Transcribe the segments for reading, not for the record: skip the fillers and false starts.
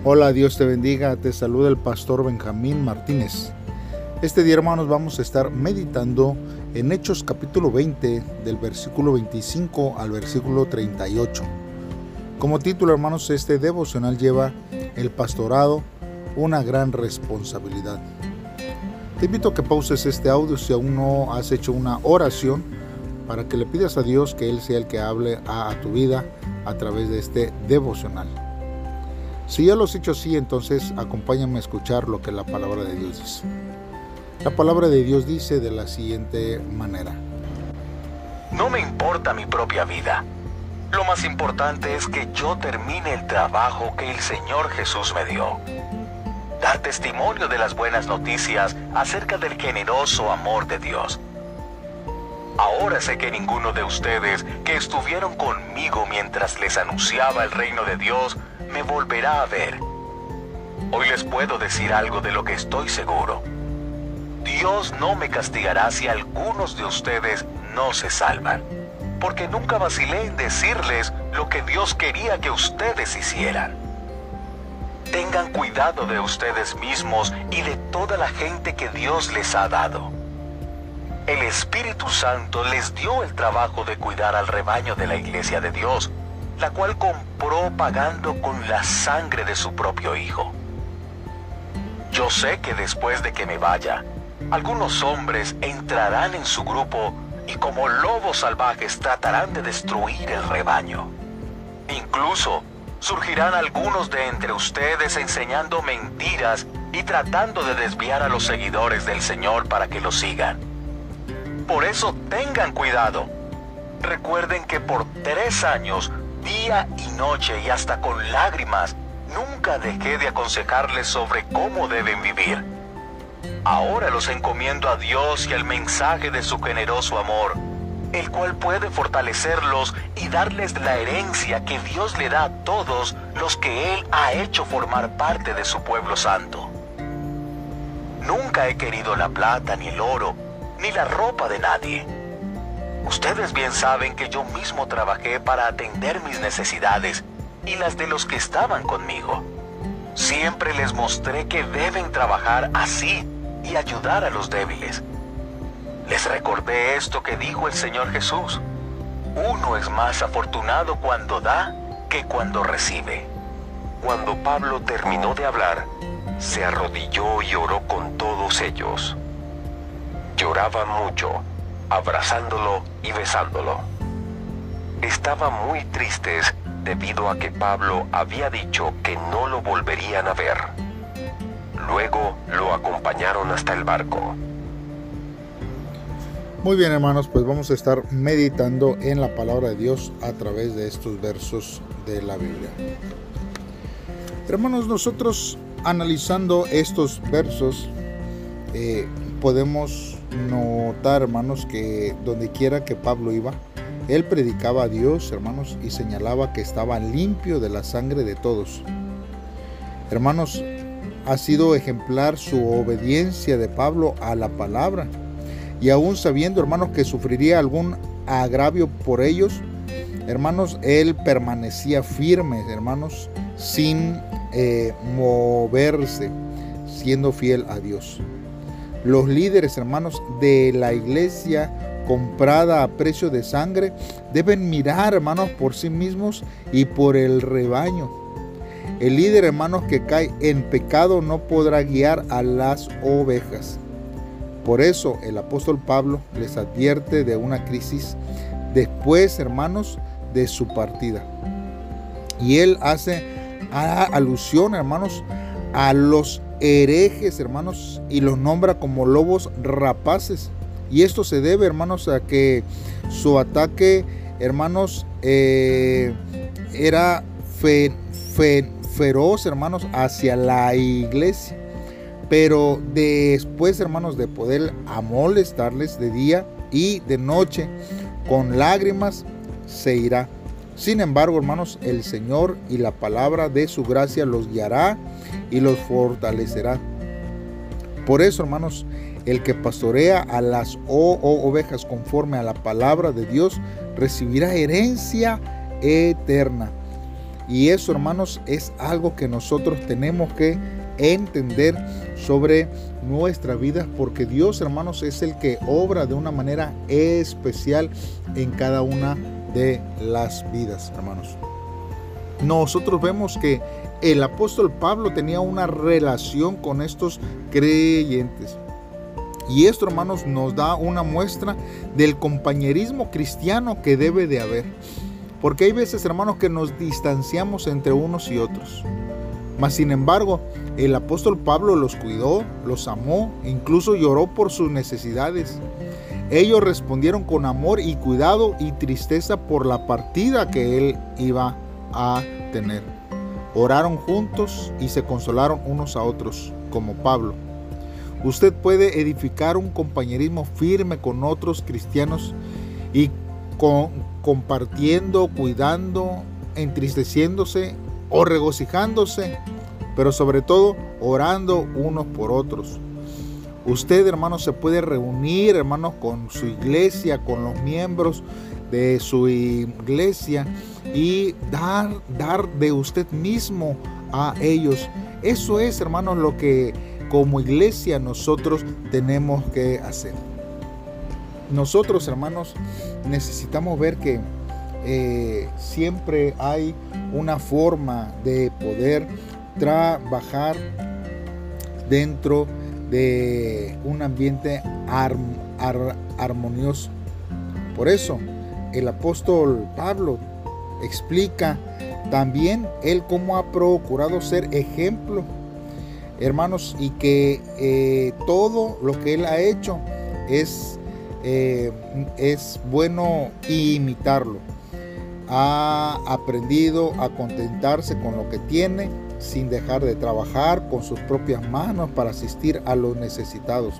Hola, Dios te bendiga, te saluda el pastor Benjamín Martínez. Este día, hermanos, vamos a estar meditando en Hechos capítulo 20, del versículo 25 al versículo 38. Como título, hermanos, este devocional lleva el pastorado, una gran responsabilidad. Te invito a que pauses este audio si aún no has hecho una oración para que le pidas a Dios que Él sea el que hable a tu vida a través de este devocional. Si ya lo has hecho así, entonces acompáñame a escuchar lo que la palabra de Dios dice. La palabra de Dios dice de la siguiente manera: No me importa mi propia vida. Lo más importante es que yo termine el trabajo que el Señor Jesús me dio. Dar testimonio de las buenas noticias acerca del generoso amor de Dios. Ahora sé que ninguno de ustedes que estuvieron conmigo mientras les anunciaba el reino de Dios me volverá a ver. Hoy les puedo decir algo de lo que estoy seguro. Dios no me castigará si algunos de ustedes no se salvan, porque nunca vacilé en decirles lo que Dios quería que ustedes hicieran. Tengan cuidado de ustedes mismos y de toda la gente que Dios les ha dado. El Espíritu Santo les dio el trabajo de cuidar al rebaño de la Iglesia de Dios, la cual compró pagando con la sangre de su propio Hijo. Yo sé que después de que me vaya, algunos hombres entrarán en su grupo y como lobos salvajes tratarán de destruir el rebaño. Incluso surgirán algunos de entre ustedes enseñando mentiras y tratando de desviar a los seguidores del Señor para que lo sigan. Por eso tengan cuidado. Recuerden que por 3 años, día y noche y hasta con lágrimas, nunca dejé de aconsejarles sobre cómo deben vivir. Ahora los encomiendo a Dios y al mensaje de su generoso amor, el cual puede fortalecerlos y darles la herencia que Dios le da a todos los que Él ha hecho formar parte de su pueblo santo. Nunca he querido la plata ni el oro, ni la ropa de nadie. Ustedes bien saben que yo mismo trabajé para atender mis necesidades y las de los que estaban conmigo. Siempre les mostré que deben trabajar así y ayudar a los débiles. Les recordé esto que dijo el Señor Jesús: uno es más afortunado cuando da que cuando recibe. Cuando Pablo terminó de hablar, se arrodilló y oró con todos ellos. Lloraban mucho, abrazándolo y besándolo. Estaban muy tristes debido a que Pablo había dicho que no lo volverían a ver. Luego lo acompañaron hasta el barco. Muy bien, hermanos, pues vamos a estar meditando en la palabra de Dios a través de estos versos de la Biblia. Hermanos, nosotros analizando estos versos podemos notar, hermanos, que donde quiera que Pablo iba, él predicaba a Dios, hermanos, y señalaba que estaba limpio de la sangre de todos. Hermanos, ha sido ejemplar su obediencia de Pablo a la palabra, y aún sabiendo, hermanos, que sufriría algún agravio por ellos, hermanos, él permanecía firme, hermanos, sin moverse, siendo fiel a Dios. Los líderes, hermanos, de la iglesia comprada a precio de sangre deben mirar, hermanos, por sí mismos y por el rebaño. El líder, hermanos, que cae en pecado no podrá guiar a las ovejas. Por eso el apóstol Pablo les advierte de una crisis después, hermanos, de su partida. Y él hace alusión, hermanos, a los herejes, hermanos, y los nombra como lobos rapaces. Y esto se debe, hermanos, a que su ataque, hermanos, era feroz, hermanos, hacia la iglesia. Pero después, hermanos, de poder amolestarles de día y de noche con lágrimas, se irá. Sin embargo, hermanos, el Señor y la palabra de su gracia los guiará y los fortalecerá. Por eso, hermanos, el que pastorea a las ovejas conforme a la palabra de Dios recibirá herencia eterna. Y eso, hermanos, es algo que nosotros tenemos que entender sobre nuestras vidas, porque Dios, hermanos, es el que obra de una manera especial en cada una de las vidas, hermanos. Nosotros vemos que el apóstol Pablo tenía una relación con estos creyentes. Y esto, hermanos, nos da una muestra del compañerismo cristiano que debe de haber. Porque hay veces, hermanos, que nos distanciamos entre unos y otros. Mas, sin embargo, el apóstol Pablo los cuidó, los amó, incluso lloró por sus necesidades. Ellos respondieron con amor y cuidado y tristeza por la partida que él iba a tener. Oraron juntos y se consolaron unos a otros, como Pablo. Usted puede edificar un compañerismo firme con otros cristianos y compartiendo, cuidando, entristeciéndose o regocijándose, pero sobre todo orando unos por otros. Usted, hermanos, se puede reunir, hermanos, con su iglesia, con los miembros de su iglesia y dar de usted mismo a ellos. Eso es, hermanos, lo que como iglesia nosotros tenemos que hacer. Nosotros, hermanos, necesitamos ver que siempre hay una forma de poder trabajar dentro de un ambiente armonioso. Por eso el apóstol Pablo explica también él cómo ha procurado ser ejemplo, hermanos, y que todo lo que él ha hecho es bueno imitarlo. Ha aprendido a contentarse con lo que tiene, sin dejar de trabajar con sus propias manos para asistir a los necesitados.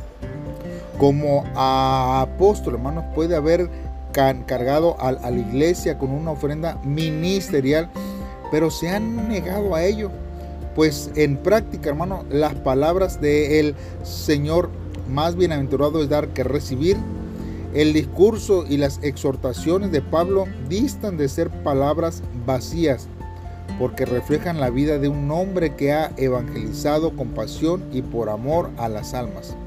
Como apóstol, hermanos, puede haber cargado a la iglesia con una ofrenda ministerial, pero se han negado a ello, pues en práctica, hermanos, las palabras del Señor, más bienaventurado es dar que recibir. El discurso y las exhortaciones de Pablo distan de ser palabras vacías, porque reflejan la vida de un hombre que ha evangelizado con pasión y por amor a las almas.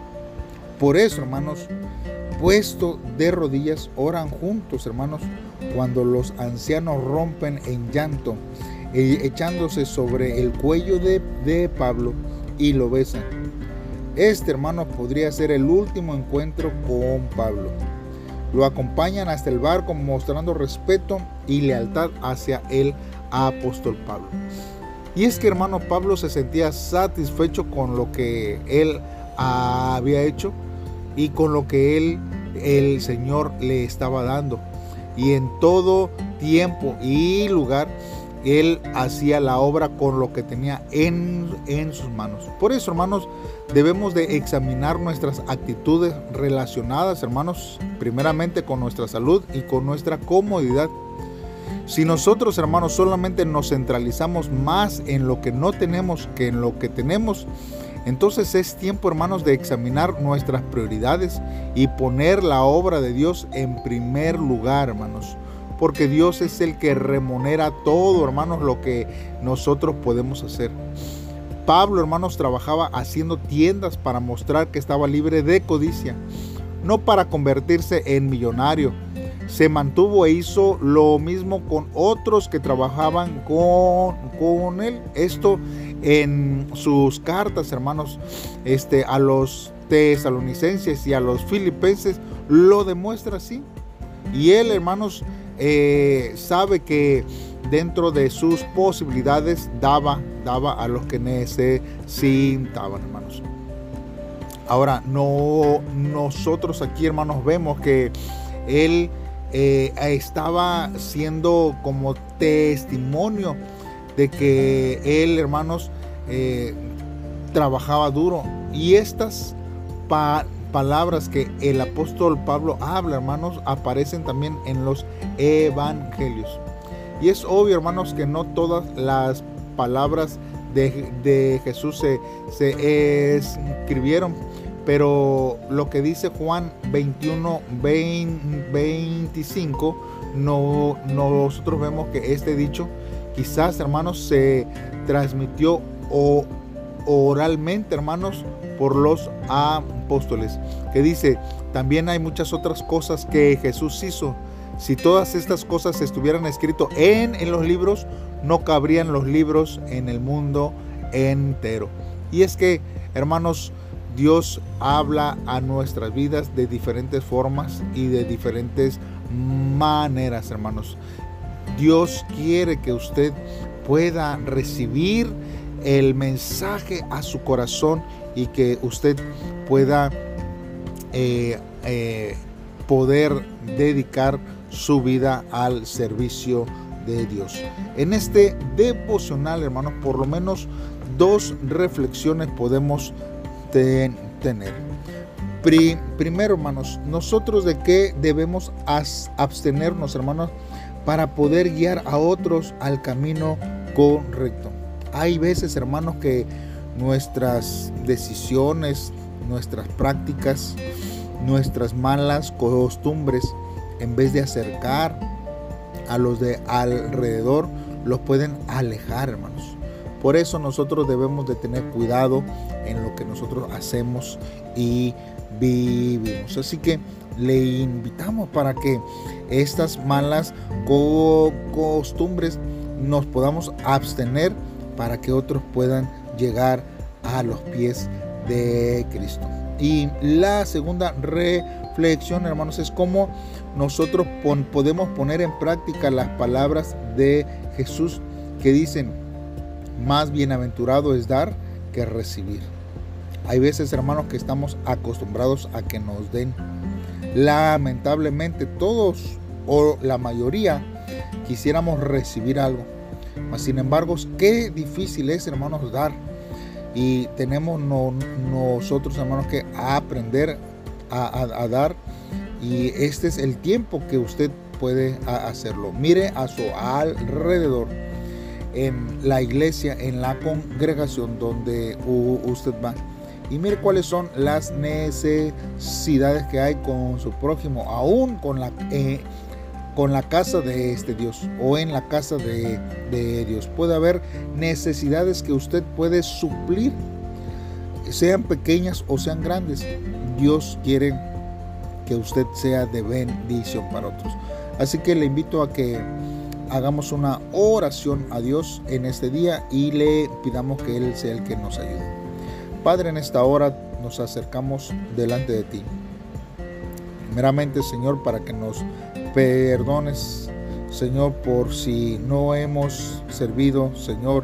Por eso, hermanos, puesto de rodillas, oran juntos, hermanos, cuando los ancianos rompen en llanto, echándose sobre el cuello de Pablo y lo besan. Este, hermano, podría ser el último encuentro con Pablo. Lo acompañan hasta el barco mostrando respeto y lealtad hacia el apóstol Pablo. Y es que, hermano, Pablo se sentía satisfecho con lo que él había hecho y con lo que el Señor le estaba dando. Y en todo tiempo y lugar él hacía la obra con lo que tenía en sus manos. Por eso, hermanos, debemos de examinar nuestras actitudes relacionadas, hermanos, primeramente con nuestra salud y con nuestra comodidad. Si nosotros, hermanos, solamente nos centralizamos más en lo que no tenemos que en lo que tenemos, entonces es tiempo, hermanos, de examinar nuestras prioridades y poner la obra de Dios en primer lugar, hermanos. Porque Dios es el que remunera todo, hermanos, lo que nosotros podemos hacer. Pablo, hermanos, trabajaba haciendo tiendas para mostrar que estaba libre de codicia, no para convertirse en millonario. Se mantuvo e hizo lo mismo con otros que trabajaban con él. Esto en sus cartas, hermanos, a los tesalonicenses y a los filipenses lo demuestra así. Y él, hermanos, sabe que dentro de sus posibilidades daba a los que necesitaban, hermanos. Ahora, nosotros aquí, hermanos, vemos que él estaba siendo como testimonio de que él, hermanos, trabajaba duro. Y estas palabras que el apóstol Pablo habla, hermanos, aparecen también en los evangelios. Y es obvio, hermanos, que no todas las palabras de Jesús se escribieron, Pero lo que dice Juan 21, 25, nosotros vemos que este dicho quizás, hermanos, se transmitió oralmente, hermanos, por los apóstoles, que dice: también hay muchas otras cosas que Jesús hizo. Si todas estas cosas estuvieran escritas en los libros, no cabrían los libros en el mundo entero. Y es que, hermanos, Dios habla a nuestras vidas de diferentes formas y de diferentes maneras, hermanos. Dios quiere que usted pueda recibir el mensaje a su corazón y que usted pueda poder dedicar su vida al servicio de Dios. En este devocional, hermanos, por lo menos 2 reflexiones podemos tener. Primero, hermanos, nosotros de qué debemos abstenernos, hermanos, para poder guiar a otros al camino correcto. Hay veces, hermanos, que nuestras decisiones, nuestras prácticas, nuestras malas costumbres, en vez de acercar a los de alrededor, los pueden alejar, hermanos. Por eso nosotros debemos de tener cuidado en lo que nosotros hacemos y vivimos. Así que le invitamos para que estas malas costumbres nos podamos abstener para que otros puedan llegar a los pies de Cristo. Y la segunda reflexión, hermanos, es cómo nosotros podemos poner en práctica las palabras de Jesús que dicen: más bienaventurado es dar que recibir. Hay veces, hermanos, que estamos acostumbrados a que nos den. Lamentablemente todos o la mayoría quisiéramos recibir algo. Mas, sin embargo, qué difícil es, hermanos, dar. Y tenemos nosotros, hermanos, que aprender a dar. Y este es el tiempo que usted puede hacerlo. Mire a su alrededor, en la iglesia, en la congregación donde usted va, y mire cuáles son las necesidades que hay con su prójimo, aún con la casa de Dios, o en la casa de Dios. Puede haber necesidades que usted puede suplir, sean pequeñas o sean grandes. Dios quiere que usted sea de bendición para otros. Así que le invito a que hagamos una oración a Dios en este día y le pidamos que Él sea el que nos ayude. Padre, en esta hora nos acercamos delante de ti. Primeramente, Señor, para que nos perdones, Señor, por si no hemos servido, Señor,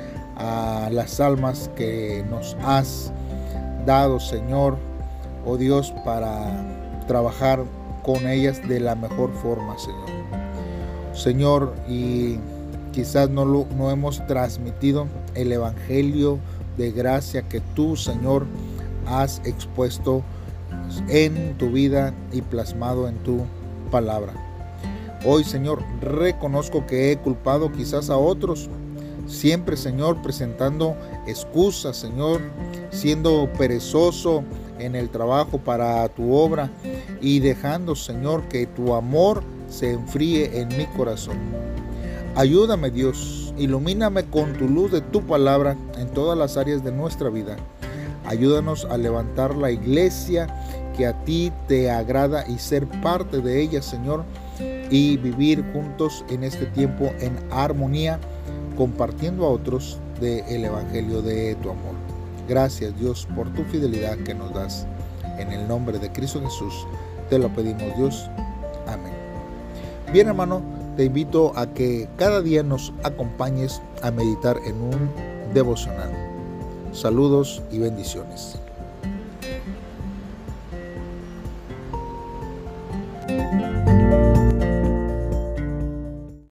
a las almas que nos has dado, Señor, oh Dios, para trabajar con ellas de la mejor forma, Señor. Señor, y quizás no hemos transmitido el evangelio de gracia que tú, Señor, has expuesto en tu vida y plasmado en tu palabra. Hoy, Señor, reconozco que he culpado quizás a otros, siempre, Señor, presentando excusas, Señor, siendo perezoso en el trabajo para tu obra y dejando, Señor, que tu amor se enfríe en mi corazón. Ayúdame, Dios, ilumíname con tu luz de tu palabra en todas las áreas de nuestra vida. Ayúdanos a levantar la iglesia que a ti te agrada y ser parte de ella, Señor, y vivir juntos en este tiempo en armonía, compartiendo a otros del evangelio de tu amor. Gracias, Dios, por tu fidelidad que nos das. En el nombre de Cristo Jesús te lo pedimos, Dios. Amén. Bien, hermano, te invito a que cada día nos acompañes a meditar en un devocional. Saludos y bendiciones.